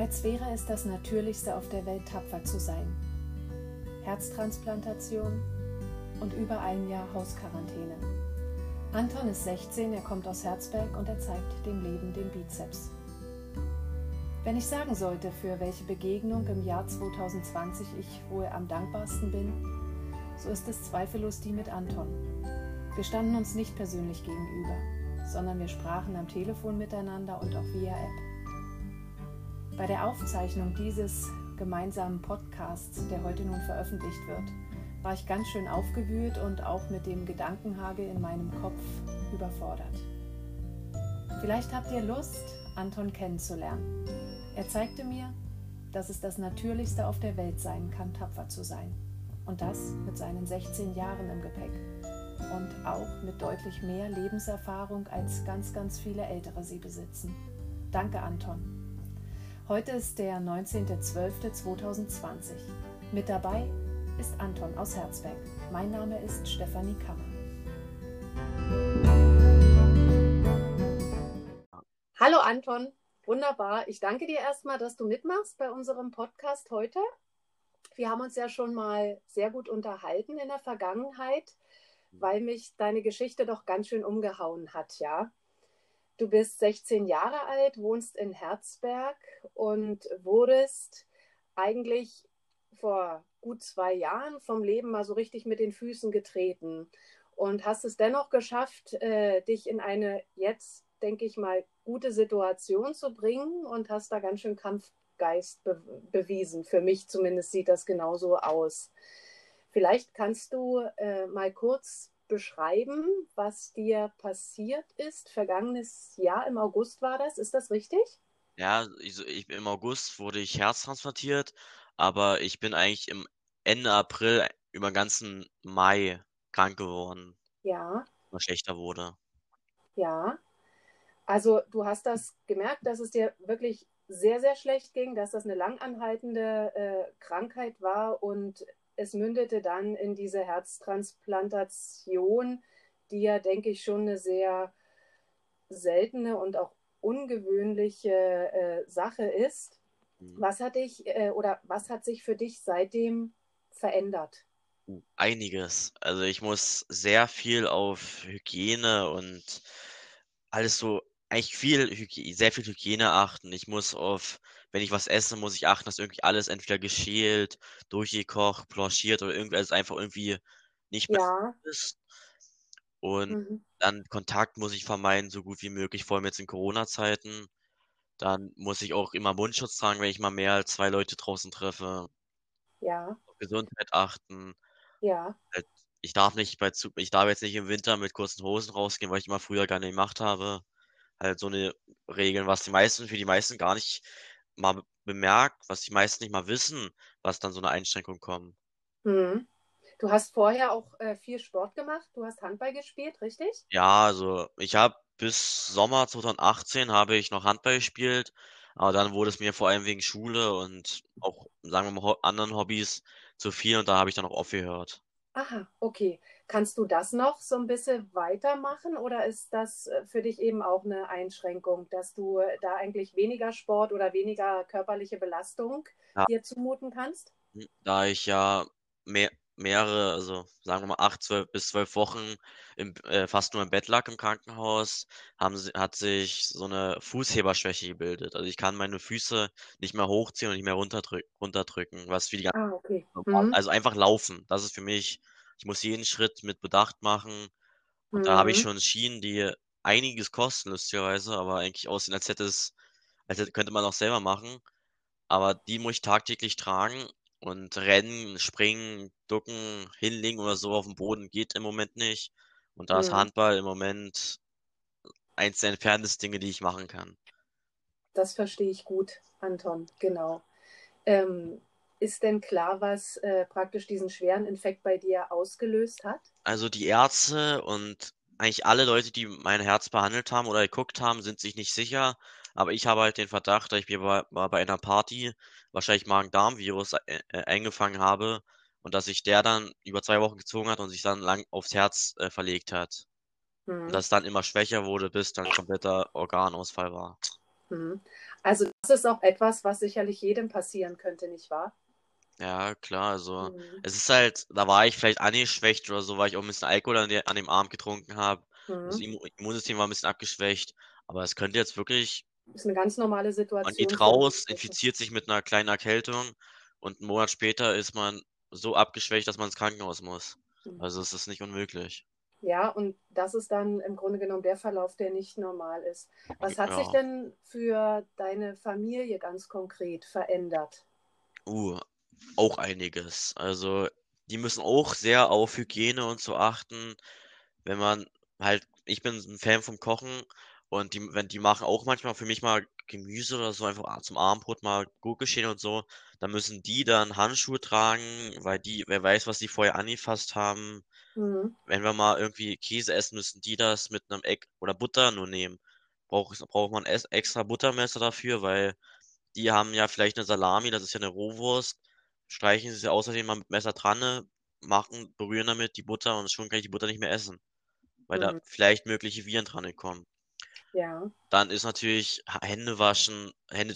als wäre es das Natürlichste auf der Welt, tapfer zu sein. Herztransplantation und über ein Jahr Hausquarantäne. Anton ist 16, er kommt aus Herzberg und er zeigt dem Leben den Bizeps. Wenn ich sagen sollte, für welche Begegnung im Jahr 2020 ich wohl am dankbarsten bin, so ist es zweifellos die mit Anton. Wir standen uns nicht persönlich gegenüber, sondern wir sprachen am Telefon miteinander und auch via App. Bei der Aufzeichnung dieses gemeinsamen Podcasts, der heute nun veröffentlicht wird, war ich ganz schön aufgewühlt und auch mit dem Gedankenhagel in meinem Kopf überfordert. Vielleicht habt ihr Lust, Anton kennenzulernen. Er zeigte mir, dass es das Natürlichste auf der Welt sein kann, tapfer zu sein. Und das mit seinen 16 Jahren im Gepäck. Und auch mit deutlich mehr Lebenserfahrung, als ganz, ganz viele Ältere sie besitzen. Danke, Anton. Heute ist der 19.12.2020. Mit dabei ist Anton aus Herzberg. Mein Name ist Stefanie Kammer. Hallo Anton, wunderbar. Ich danke dir erstmal, dass du mitmachst bei unserem Podcast heute. Wir haben uns ja schon mal sehr gut unterhalten in der Vergangenheit, weil mich deine Geschichte doch ganz schön umgehauen hat, ja. Du bist 16 Jahre alt, wohnst in Herzberg und wurdest eigentlich vor gut 2 Jahren vom Leben mal so richtig mit den Füßen getreten und hast es dennoch geschafft, dich in eine jetzt, denke ich mal, gute Situation zu bringen und hast da ganz schön Kampfgeist bewiesen. Für mich zumindest sieht das genauso aus. Vielleicht kannst du mal kurz beschreiben, was dir passiert ist. Vergangenes Jahr im August war das. Ist das richtig? Ja, im August wurde ich herztransplantiert, aber ich bin eigentlich im Ende April über den ganzen Mai krank geworden, Ja, immer schlechter wurde. ja. Also du hast das gemerkt, dass es dir wirklich sehr, sehr schlecht ging, dass das eine langanhaltende Krankheit war und es mündete dann in diese Herztransplantation, die ja, denke ich, schon eine sehr seltene und auch ungewöhnliche Sache ist. Mhm. Was hat dich oder was hat sich für dich seitdem verändert? Einiges. Also ich muss sehr viel auf Hygiene und alles so, eigentlich sehr viel Hygiene achten. Wenn ich was esse, muss ich achten, dass irgendwie alles entweder geschält, durchgekocht, blanchiert oder irgendwie alles einfach irgendwie nicht mehr Ja, ist. Und mhm. dann Kontakt muss ich vermeiden, so gut wie möglich, vor allem jetzt in Corona-Zeiten. Dann muss ich auch immer Mundschutz tragen, wenn ich mal mehr als 2 Leute draußen treffe. Ja, Auf Gesundheit achten. ja, Halt, ich darf jetzt nicht im Winter mit kurzen Hosen rausgehen, weil ich immer früher gerne gemacht habe. Halt so eine Regeln, für die meisten gar nicht mal bemerkt, was die meisten nicht mal wissen, was dann so eine Einschränkung kommt. mhm. Du hast vorher auch viel Sport gemacht. Du hast Handball gespielt, richtig? Ja, also ich habe bis Sommer 2018 habe ich noch Handball gespielt, aber dann wurde es mir vor allem wegen Schule und auch, sagen wir mal, anderen Hobbys zu viel und da habe ich dann auch aufgehört. Aha, okay. Kannst du das noch so ein bisschen weitermachen oder ist das für dich eben auch eine Einschränkung, dass du da eigentlich weniger Sport oder weniger körperliche Belastung Ja, dir zumuten kannst? da ich ja mehrere, also sagen wir mal 12 Wochen fast nur im Bett lag im Krankenhaus, hat sich so eine Fußheberschwäche gebildet. Also ich kann meine Füße nicht mehr hochziehen und nicht mehr runterdrücken, was für die Ah, okay. normal, Mhm. also einfach laufen. Das ist für mich, ich muss jeden Schritt mit Bedacht machen. Und da habe ich Mhm. schon Schienen, die einiges kosten, lustigerweise, aber eigentlich aussehen, könnte man auch selber machen. Aber die muss ich tagtäglich tragen und rennen, springen, ducken, hinlegen oder so auf dem Boden geht im Moment nicht. Und da ist Mhm. Handball im Moment eins der entferntesten Dinge, die ich machen kann. Das verstehe ich gut, Anton, genau. Ähm, Ist denn klar, was praktisch diesen schweren Infekt bei dir ausgelöst hat? Also die Ärzte und eigentlich alle Leute, die mein Herz behandelt haben oder geguckt haben, sind sich nicht sicher. Aber ich habe halt den Verdacht, dass ich mir mal bei einer Party wahrscheinlich Magen-Darm-Virus eingefangen habe und dass sich der dann über 2 Wochen gezogen hat und sich dann lang aufs Herz verlegt hat. Und Mhm. dass es dann immer schwächer wurde, bis dann kompletter Organausfall war. Mhm. Also das ist auch etwas, was sicherlich jedem passieren könnte, nicht wahr? Ja, klar, also Mhm. es ist halt, da war ich vielleicht angeschwächt oder so, weil ich auch ein bisschen Alkohol an dem Abend getrunken habe. Das Mhm. Immunsystem war ein bisschen abgeschwächt, aber es könnte jetzt wirklich, Ist eine ganz normale man Situation geht für dich raus, inzwischen. infiziert sich mit einer kleinen Erkältung und 'n Monat später ist man so abgeschwächt, dass man ins Krankenhaus muss. Mhm. Also, es ist nicht unmöglich. Ja, und das ist dann im Grunde genommen der Verlauf, der nicht normal ist. Was hat sich Ja. denn für deine Familie ganz konkret verändert? Uh, Auch einiges. Also, die müssen auch sehr auf Hygiene und so achten. Wenn man halt, ich bin 'n Fan vom Kochen und die machen auch manchmal für mich mal Gemüse oder so einfach zum Abendbrot, mal Gurke und so, dann müssen die dann Handschuhe tragen, weil die, wer weiß, was die vorher angefasst haben. Mhm. Wenn wir mal irgendwie Käse essen, müssen die das mit 'nem Eck oder Butter nur nehmen. Braucht man extra Buttermesser dafür, weil die haben ja vielleicht 'ne Salami, das ist ja 'ne Rohwurst, streichen sie außerdem mal mit Messer dran, ne, berühren damit die Butter und schon kann ich die Butter nicht mehr essen, weil da Mhm. vielleicht mögliche Viren dran kommen. Ja. Dann ist natürlich Hände waschen,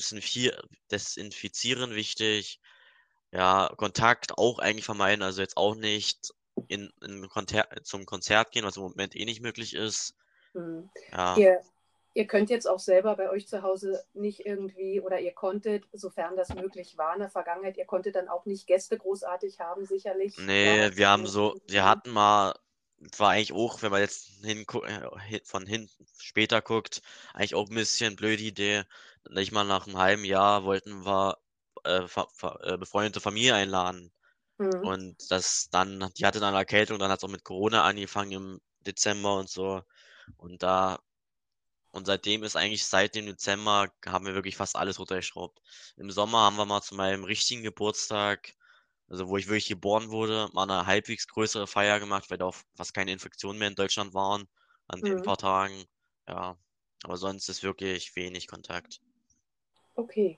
desinfizieren wichtig. Ja, Kontakt auch eigentlich vermeiden, also jetzt auch nicht in zum Konzert gehen, was im Moment eh nicht möglich ist. Mhm. Ja, Ihr ihr könnt jetzt auch selber bei euch zu Hause nicht irgendwie oder ihr konntet, sofern das möglich war in der Vergangenheit, ihr konntet dann auch nicht Gäste großartig haben sicherlich, ne, gerade mit wir mhm. hatten mal, war eigentlich auch, wenn man jetzt von hinten später guckt, eigentlich auch 'n bisschen blöde Idee. Nicht mal nach 'nem halben Jahr wollten wir, befreundete Familie einladen. Mhm. Und die hatte dann Erkältung, dann hat's auch mit Corona angefangen im Dezember und so. Und da und seitdem ist eigentlich seit dem Dezember haben wir wirklich fast alles runtergeschraubt. Im Sommer haben wir mal zu meinem richtigen Geburtstag, also wo ich wirklich geboren wurde, mal 'ne halbwegs größere Feier gemacht, weil da auch fast keine Infektionen mehr in Deutschland waren an den Mhm. paar Tagen. Ja, aber sonst ist wirklich wenig Kontakt. Okay.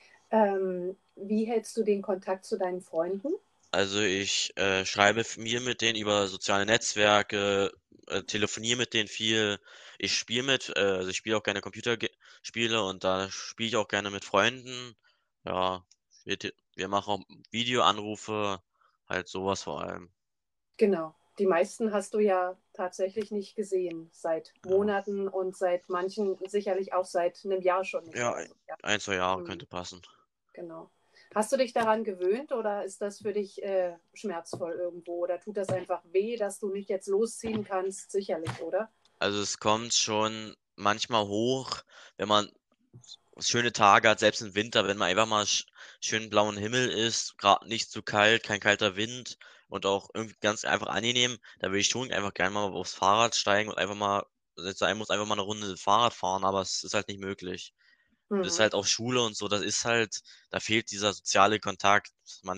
Wie hältst du den Kontakt zu deinen Freunden? Also, ich, schreibe mir mit denen über soziale Netzwerke, telefoniere mit denen viel. Also, ich spiele auch gerne Spiele und da spiele ich auch gerne mit Freunden. Ja, wir machen auch Videoanrufe, halt sowas vor allem. Genau. Die meisten hast du ja tatsächlich nicht gesehen seit Ja. Monaten und seit manchen sicherlich auch seit einem Jahr schon nicht Ja, oder so, ja. 1, 2 Jahre Mhm, könnte passen. genau. Hast du dich daran gewöhnt oder ist das für dich, schmerzvoll irgendwo oder tut das einfach weh, dass du nicht jetzt losziehen kannst? Sicherlich, oder? Also, es kommt schon manchmal hoch, wenn man schöne Tage hat, selbst im Winter, wenn man einfach mal schön blauen Himmel ist, grad nicht zu kalt, kein kalter Wind und auch irgendwie ganz einfach angenehm, da würde ich schon einfach gerne mal aufs Fahrrad steigen und einfach mal, wenn es sein muss, einfach mal 'ne Runde Fahrrad fahren, aber es ist halt nicht möglich. Und das ist Mhm, halt auch Schule und so, das ist halt, da fehlt dieser soziale Kontakt.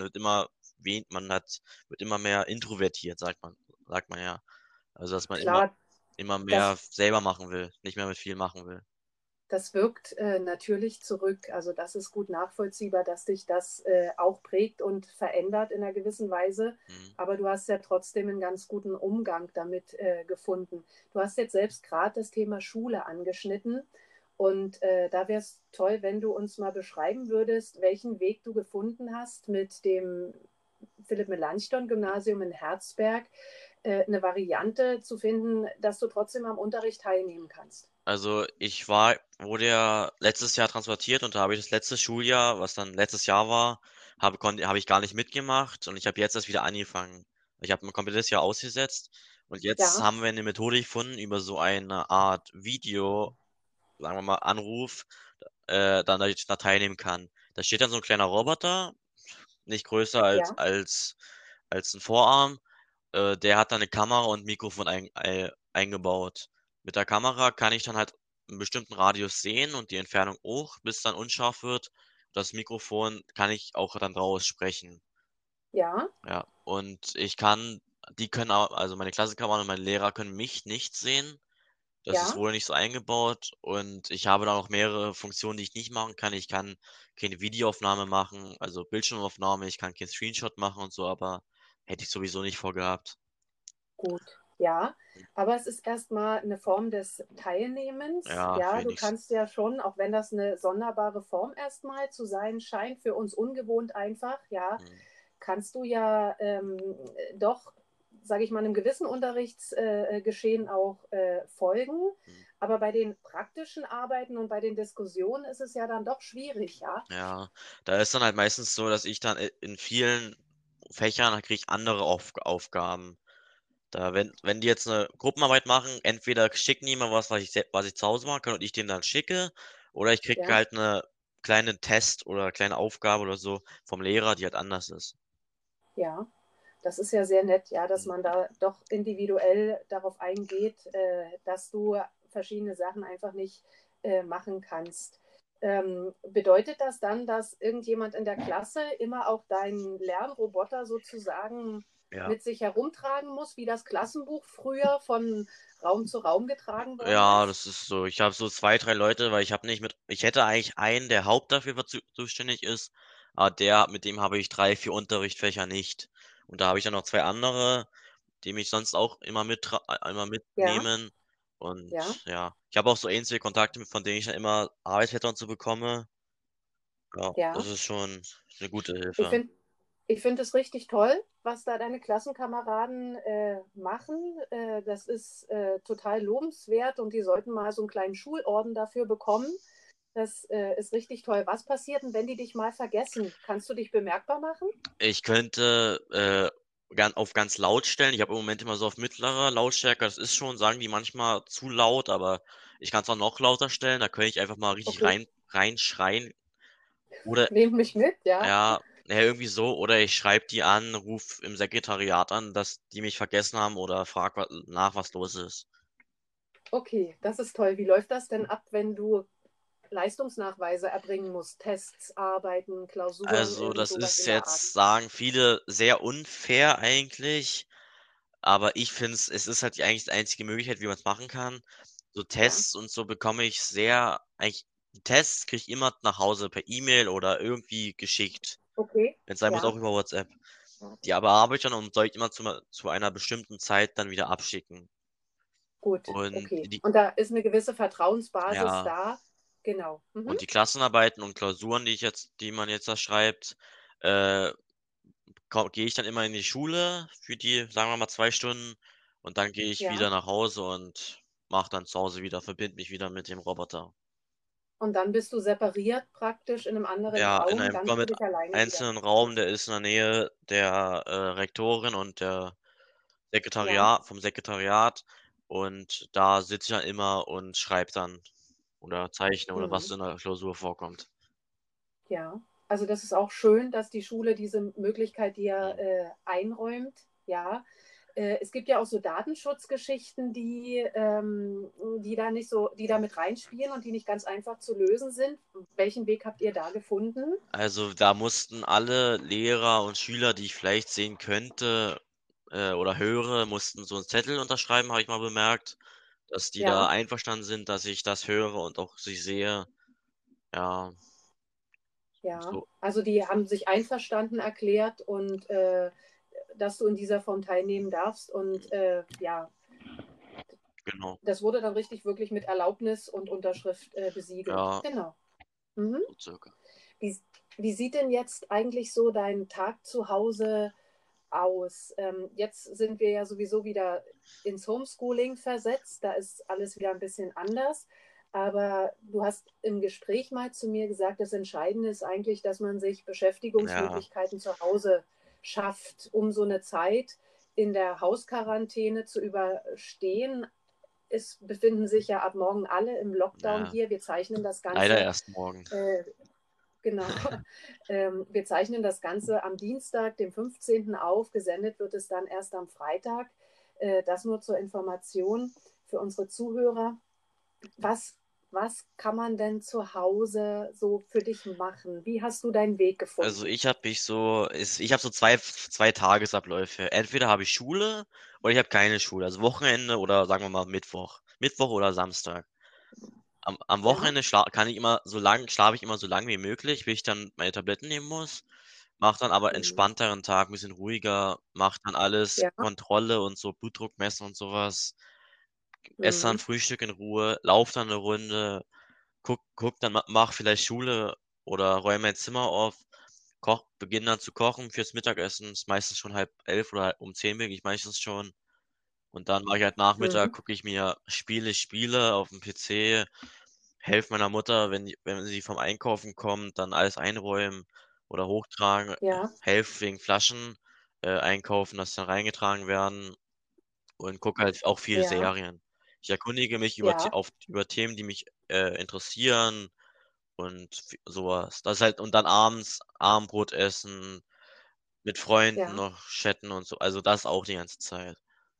Man wird immer mehr introvertiert, sagt man ja. Also, dass man klar, immer mehr das selber machen will, nicht mehr mit viel machen will. das wirkt, natürlich zurück. Also, das ist gut nachvollziehbar, dass dich das, auch prägt und verändert in einer gewissen Weise. Mhm. Aber du hast ja trotzdem einen ganz guten Umgang damit, gefunden. Du hast jetzt selbst gerade das Thema Schule angeschnitten und, da wäre es toll, wenn du uns mal beschreiben würdest, welchen Weg du gefunden hast mit dem Philipp-Melanchthon-Gymnasium in Herzberg, 'ne Variante zu finden, dass du trotzdem am Unterricht teilnehmen kannst. Also, wurde ja letztes Jahr transportiert und da habe ich das letzte Schuljahr, was dann letztes Jahr war, habe ich gar nicht mitgemacht und ich habe jetzt erst wieder angefangen. Ich habe 'n komplettes Jahr ausgesetzt und jetzt Ja, haben wir 'ne Methode gefunden, über so eine Art Video, sagen wir mal, Anruf, dass ich da teilnehmen kann. Da steht dann so 'n kleiner Roboter, nicht größer ja. als 'n Vorarm. Der hat da 'ne Kamera und Mikrofon eingebaut. Mit der Kamera kann ich dann halt 'n bestimmten Radius sehen und die Entfernung auch, bis es dann unscharf wird. Das Mikrofon kann ich auch dann draus sprechen. Ja, Ja, und ich kann die können au also meine Klassenkameraden und meine Lehrer können mich nicht sehen. Das ist ja, wohl nicht so eingebaut und ich habe da noch mehrere Funktionen, die ich nicht machen kann. Ich kann keine Videoaufnahme machen, also Bildschirmaufnahme, ich kann keinen Screenshot machen und so, aber hätte ich sowieso nicht vorgehabt. gut. Ja, aber es ist erstmal eine Form des Teilnehmens. Ja, Ja, du wenigstens. kannst ja schon, auch wenn das eine sonderbare Form erstmal zu sein scheint, für uns ungewohnt einfach, ja, Hm, kannst du ja doch, sage ich mal, einem gewissen Unterrichtsgeschehen auch folgen. hm. Aber bei den praktischen Arbeiten und bei den Diskussionen ist es ja dann doch schwierig, ja. Ja, da ist dann halt meistens so, dass ich dann in vielen Fächern kriege ich andere Aufgaben. Da, wenn die jetzt eine Gruppenarbeit machen, entweder schicken die mir was ich zu Hause machen kann und ich denen dann schicke, oder ich kriege Ja, halt eine kleine Test oder kleine Aufgabe oder so vom Lehrer, die halt anders ist. ja. Das ist ja sehr nett, ja, dass Mhm. man da doch individuell darauf eingeht, dass du verschiedene Sachen einfach nicht machen kannst. Bedeutet das dann, dass irgendjemand in der Klasse immer auch deinen Lernroboter sozusagen Ja. mit sich herumtragen muss, wie das Klassenbuch früher von Raum zu Raum getragen worden Ja, ist? das ist so. Ich habe so 2 3 Leute, weil ich hätte eigentlich einen, der Haupt dafür zuständig ist, aber mit dem habe ich 3 4 Unterrichtsfächer nicht. Und da habe ich dann noch 2 andere, die mich sonst auch immer Ja, mitnehmen. Und ja, ja, ich habe auch so einzelne Kontakte, von denen ich dann immer Arbeitsblätter und so bekomme. Ja, das ja. ist schon eine gute Ich Hilfe. finde ich find es richtig toll, was da deine Klassenkameraden machen. Das ist total lobenswert und die sollten mal so einen kleinen Schulorden dafür bekommen. Das ist richtig toll. Was passiert denn, wenn die dich mal vergessen? Kannst du dich bemerkbar machen? Ich könnte, auf ganz laut stellen. Ich habe im Moment immer so auf mittlerer Lautstärke. Das ist schon, sagen die manchmal, zu laut, aber ich kann's auch noch lauter stellen. Da könnte ich einfach mal richtig Okay, reinschreien. Oder nehmt mich mit, ja. ja, ja, irgendwie so. Oder ich schreibe die an, ruf im Sekretariat an, dass die mich vergessen haben oder frag nach, was los ist. Okay, das ist toll. Wie läuft das denn ab, wenn du Leistungsnachweise erbringen musst? Tests, Arbeiten, Klausuren, Also, irgend das sowas ist in der Art? jetzt, sagen viele, sehr unfair eigentlich. Aber ich finde es ist halt eigentlich die einzige Möglichkeit, wie man es machen kann. So Ja, Tests und so bekomme ich sehr eigentlich die Tests kriege ich immer nach Hause per E-Mail oder irgendwie geschickt, okay, wenn's sein muss, auch ja. über WhatsApp. Die aber bearbeite ich dann und soll ich immer zu einer bestimmten Zeit dann wieder abschicken. Gut, Und okay. Und da ist eine gewisse Vertrauensbasis ja, da. Genau. Mhm. und die Klassenarbeiten und Klausuren, die man jetzt da schreibt, äh, gehe ich dann immer in die Schule für die, sagen wir mal, 2 Stunden und dann gehe ich Ja. wieder nach Hause und mache dann zu Hause wieder verbinde mich wieder mit dem Roboter. Und dann bist du separiert praktisch in einem anderen Ja, in Raum, einem ganz für komplett dich alleine wieder. einzelnen Raum, der ist in der Nähe der, Rektorin und der Ja. Sekretariat und da sitze ich dann immer und schreibe dann oder zeichne oder was Mhm. in der Klausur vorkommt. Ja. Also, das ist auch schön, dass die Schule diese Möglichkeit dir Mhm. einräumt. Ja. Es gibt ja auch so Datenschutzgeschichten, die da nicht so die da mit reinspielen und die nicht ganz einfach zu lösen sind. Welchen Weg habt ihr da gefunden? Also, da mussten alle Lehrer und Schüler, die ich vielleicht sehen könnte, oder höre, mussten so 'n Zettel unterschreiben, habe ich mal bemerkt, dass die da Ja. einverstanden sind, dass ich das höre und auch sie sehe. Ja, Ja, so also die haben sich einverstanden erklärt und dass du in dieser Form teilnehmen darfst. Und ja, genau. das wurde dann richtig wirklich mit Erlaubnis und Unterschrift besiegelt. Ja, Genau. Mhm. so circa. Wie, wie sieht denn jetzt eigentlich so dein Tag zu Hause aus? Jetzt sind wir ja sowieso wieder ins Homeschooling versetzt. Da ist alles wieder ein bisschen anders. Aber du hast im Gespräch mal zu mir gesagt, das Entscheidende ist eigentlich, dass man sich Ja, Beschäftigungsmöglichkeiten zu Hause schafft, um so eine Zeit in der Hausquarantäne zu überstehen. Es befinden sich ja ab morgen alle im Lockdown ja, hier. Wir zeichnen das leider Ganze erst morgen. äh, Genau. Wir zeichnen das Ganze am Dienstag, dem 15. auf. Gesendet wird es dann erst am Freitag. Das nur zur Information für unsere Zuhörer. Was, was kann man denn zu Hause so für dich machen? Wie hast du deinen Weg Also, gefunden? ich habe so 2 Tagesabläufe. Entweder habe ich Schule oder ich habe keine Schule, also Wochenende oder sagen wir mal Mittwoch. Mittwoch oder Samstag. Am Ja, Wochenende schlafe ich immer so lang wie möglich, bis ich dann meine Tabletten nehmen muss. mache dann aber Mhm. entspannteren Tag, 'n bisschen ruhiger, mache dann alles, Ja. Kontrolle und so, Blutdruck messen und so was, esse dann Mhm. Frühstück in Ruhe, laufe dann 'ne Runde, gucke dann mache vielleicht Schule oder räume mein Zimmer auf, beginne dann zu kochen fürs Mittagessen. Ist meistens schon 10:30 oder um 10 bin ich meistens schon. Und dann mache ich halt Nachmittag Mhm. gucke ich mir Spiele aufm PC, helfe meiner Mutter, wenn sie vom Einkaufen kommt, dann alles einräumen oder hochtragen, Ja. helfe wegen Flaschen, einkaufen, dass sie dann reingetragen werden und gucke halt auch viel Ja. Serien. Ich erkundige mich Ja. über Themen, die mich, interessieren und so was. Das ist halt und dann abends Abendbrot essen, mit Freunden Ja. noch chatten und so. Also, das auch die ganze Zeit.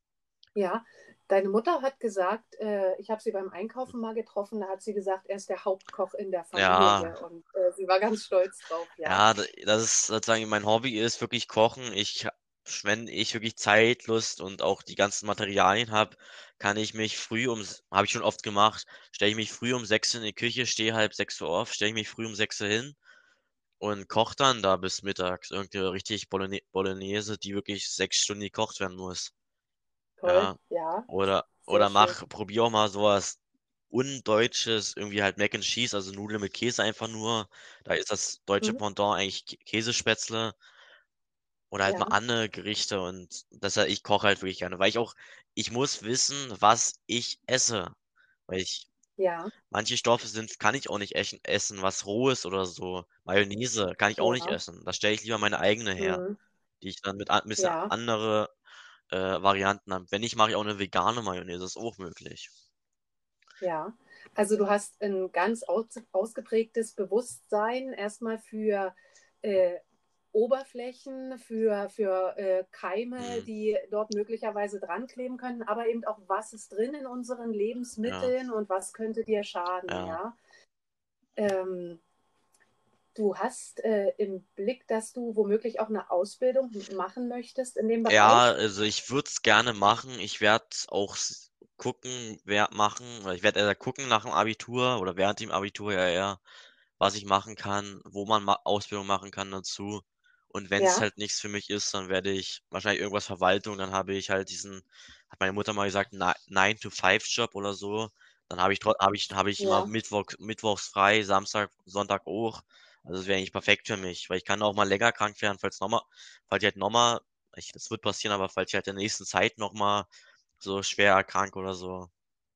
Ja. Deine Mutter hat gesagt, ich habe sie beim Einkaufen mal getroffen, da hat sie gesagt, er ist der Hauptkoch in der Ja. Familie und, sie war ganz stolz drauf, ja? Ja, das ist sozusagen mein Hobby ist wirklich Kochen. Wenn ich wirklich Zeit, Lust und auch die ganzen Materialien habe, kann ich mich früh habe ich schon oft gemacht, stelle ich mich früh um 6 in die Küche, stehe halb 6 auf, stelle ich mich früh um 6 hin und koche dann da bis mittags irgend 'ne richtig Bolognese, die wirklich 6 Stunden gekocht werden muss. Toll, Ja. ja, sehr Oder schön. probiere auch mal so was Undeutsches, irgendwie halt Mac and Cheese, also Nudeln mit Käse einfach nur. Da ist das deutsche Mhm. Pendant eigentlich Käsespätzle oder halt mal Ja, andere Gerichte und deshalb ich koche halt wirklich gerne, weil ich muss wissen, was ich esse, weil ich ja, manche Stoffe kann ich auch nicht essen, was Rohes oder so. Mayonnaise kann ich auch nicht ja, essen. Da stelle ich lieber meine eigene her, mhm, die ich dann mit ein bisschen ja, andere, Varianten habe. Wenn nicht, mache ich auch 'ne vegane Mayonnaise, ist auch möglich. ja. Also, du hast ein ganz ausgeprägtes Bewusstsein erstmal für, äh, Oberflächen, für, Keime, Mhm, die dort möglicherweise dran kleben können, aber eben auch, was ist drin in unseren ja, Lebensmitteln und was könnte dir schaden, ja. ja? Ähm, Du hast, im Blick, dass du womöglich auch eine Ausbildung machen möchtest in dem Ja, Bereich? also ich würde es gerne machen. Ich werde auch machen, oder ich werde eher gucken nach dem Abitur oder während dem Abitur ja eher, was ich machen kann, wo man Ausbildung machen kann dazu. Und wenn es Ja, halt nichts für mich ist, dann werde ich wahrscheinlich irgendwas Verwaltung, dann habe ich halt hat meine Mutter mal gesagt, Nine-to-Five-Job oder so. Dann habe ich immer ja, mittwochs frei, Samstag, Sonntag auch. Also das wäre eigentlich perfekt für mich, weil ich kann auch mal länger krank werden, falls ich halt noch mal das wird passieren, aber falls ich halt in der nächsten Zeit noch mal so schwer erkranke oder so.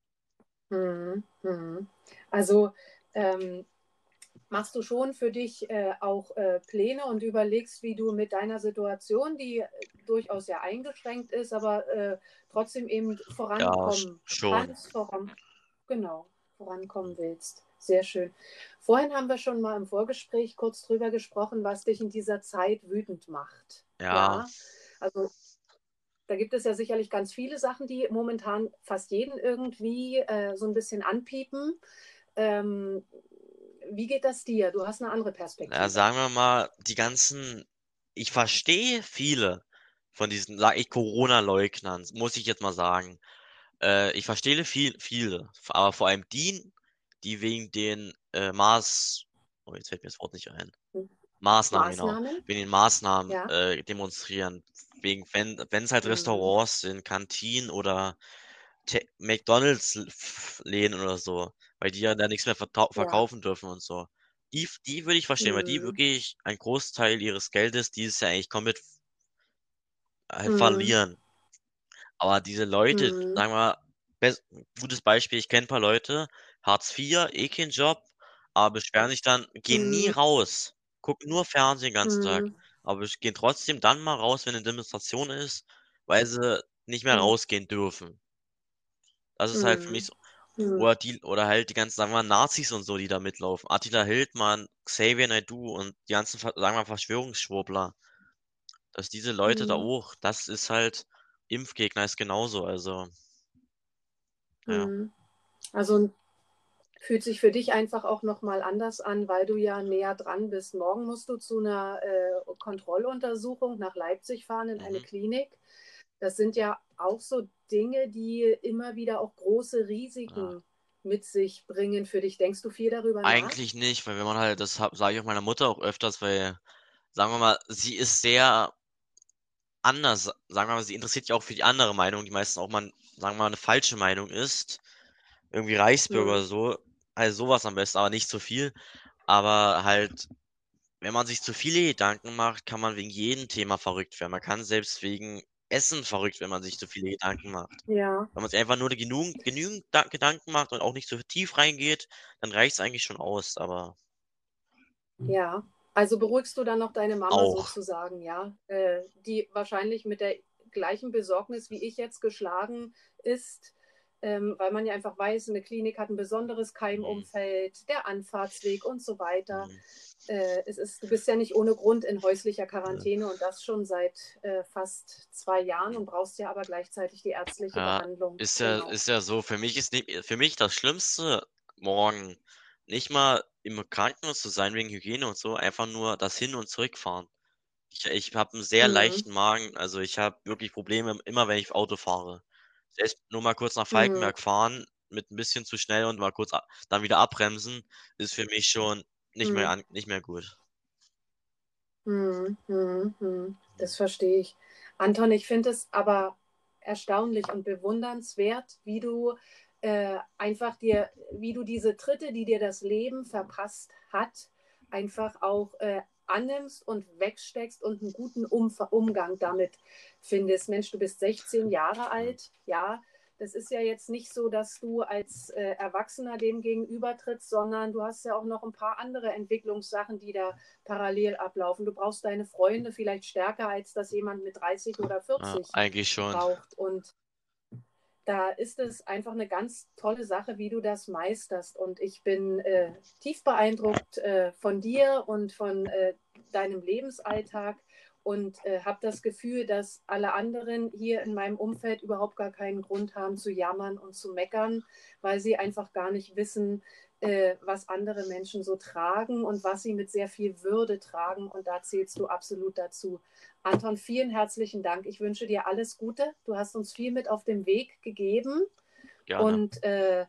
mhm, mhm. Also, ähm, machst du schon für dich, auch, Pläne und überlegst, wie du mit deiner Situation, die, durchaus ja eingeschränkt ist, aber, trotzdem eben Ja, vorankommen schon. kannst, genau, vorankommen willst. Sehr schön. Vorhin haben wir schon mal im Vorgespräch kurz drüber gesprochen, was dich in dieser Zeit wütend macht. Ja, Ja, also da gibt es ja sicherlich ganz viele Sachen, die momentan fast jeden irgendwie, so ein bisschen anpiepen. Ähm, Wie geht das dir? Du hast eine andere Perspektive. sagen wir mal, ich verstehe viele von diesen, sage ich, Corona-Leugnern, muss ich jetzt mal sagen. Ich verstehe viele, aber vor allem die wegen den, jetzt fällt mir das Wort nicht ein. Hm, Maßnahmen, genau. Maßnahmen? Wegen den Maßnahmen, Ja. demonstrieren. Wenn's halt Mhm. Restaurants sind, Kantinen oder McDonald's Läden oder so, weil die ja da nichts mehr Ja. verkaufen dürfen und so. Die würde ich verstehen, weil die Mhm. wirklich einen Großteil ihres Geldes dieses Jahr eigentlich komplett Mhm. verlieren. Aber diese Leute, Mhm. sagen wir mal, gutes Beispiel, ich kenne ein paar Leute, Hartz IV, eh kein Job, aber beschweren sich dann, gehen nie Mhm. raus, gucken nur Fernsehen den ganzen Tag, Mhm. aber gehen trotzdem dann mal raus, wenn 'ne Demonstration ist, weil sie nicht mehr Mhm. rausgehen dürfen. Das ist halt für mich Mhm. so, Mhm. oder halt die ganzen, sagen wir mal, Nazis und so, die da mitlaufen. Attila Hildmann, Xavier Naidoo und die ganzen sagen wir mal, Verschwörungsschwurbler. Dass diese Leute da Mhm. auch das ist halt Impfgegner ist genauso, also, ja. Mhm. Also, fühlt sich für dich einfach auch noch mal anders an, weil du ja näher dran bist. Morgen musst du zu einer Kontrolluntersuchung nach Leipzig fahren in eine Mhm. Klinik. Das sind ja auch so Dinge, die immer wieder auch große Ja. Risiken mit sich bringen für dich. Denkst du viel darüber nach? Eigentlich nicht, weil wenn man halt das sage ich auch meiner Mutter auch öfters, weil sagen wir mal, sie ist sehr anders. Sagen wir mal, sie interessiert sich auch für die andere Meinung, die meistens auch mal, sagen wir mal, eine falsche Meinung ist. Irgendwie Reichsbürger Hm. oder so. Also sowas am besten, aber nicht zu viel. Aber halt, wenn man sich zu viele Gedanken macht, kann man wegen jedem Thema verrückt werden. Man kann selbst wegen Essen verrückt, wenn man sich zu viele Gedanken macht. Ja, Wenn man sich einfach nur genügend Gedanken macht und auch nicht so tief reingeht, dann reicht es eigentlich schon aus, aber ja. Also beruhigst du dann noch deine Mama auch. sozusagen, ja? Die wahrscheinlich mit der gleichen Besorgnis wie ich jetzt geschlagen ist, weil man ja einfach weiß, eine Klinik hat ein besonderes Mhm. Keimumfeld, der Anfahrtsweg und so weiter. Mhm. Du bist ja nicht ohne Grund in häuslicher Ja. Quarantäne und das schon seit fast 2 Jahren und brauchst ja aber gleichzeitig die ärztliche Ja, Behandlung. ist ja Genau. ist ja so, für mich das Schlimmste morgen nicht mal im Krankenhaus zu sein wegen Hygiene und so, einfach nur das Hin und Zurückfahren. Ich habe einen sehr Mhm. leichten Magen, also ich habe wirklich Probleme immer, wenn ich Auto fahre. Selbst nur mal kurz nach Mhm. Falkenberg fahren mit ein bisschen zu schnell und mal kurz a dann wieder abbremsen, ist für mich schon Mhm. nicht mehr gut. Mhm. Mhm. Mhm. Mhm. Das verstehe ich. Anton, ich finde es aber erstaunlich und bewundernswert, wie du einfach wie du diese Tritte, die dir das Leben verpasst hat, einfach auch annimmst und wegsteckst und einen guten Umgang damit findest. Mensch, du bist 16 Jahre Mhm. alt, ja. Das ist ja jetzt nicht so, dass du als Erwachsener dem gegenübertrittst, sondern du hast ja auch noch ein paar andere Entwicklungssachen, die da parallel ablaufen. Du brauchst deine Freunde vielleicht stärker, als das jemand mit 30 oder Ja, 40 eigentlich schon. braucht. Und da ist es einfach eine ganz tolle Sache, wie du das meisterst. Und ich bin tief beeindruckt von dir und von deinem Lebensalltag und habe das Gefühl, dass alle anderen hier in meinem Umfeld überhaupt gar keinen Grund haben zu jammern und zu meckern, weil sie einfach gar nicht wissen, was andere Menschen so tragen und was sie mit sehr viel Würde tragen. Und da zählst du absolut dazu. Anton, vielen herzlichen Dank. Ich wünsche dir alles Gute. Du hast uns viel mit auf den Weg gegeben Gerne. und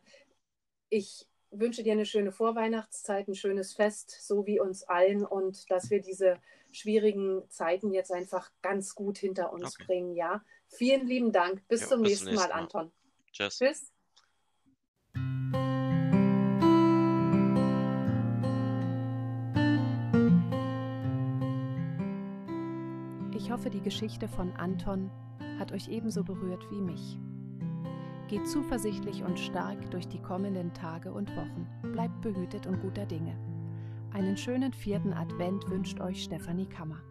ich wünsche dir eine schöne Vorweihnachtszeit, ein schönes Fest, so wie uns allen und dass wir diese schwierigen Zeiten jetzt einfach ganz gut hinter uns Okay. bringen. Ja, vielen lieben Dank. Bis Jo, zum bis zum nächsten Mal, nächsten Mal. Anton. Tschüss. Tschüss. Ich hoffe, die Geschichte von Anton hat euch ebenso berührt wie mich. Geht zuversichtlich und stark durch die kommenden Tage und Wochen. Bleibt behütet und guter Dinge. Einen schönen 4. Advent wünscht euch Stefanie Kammer.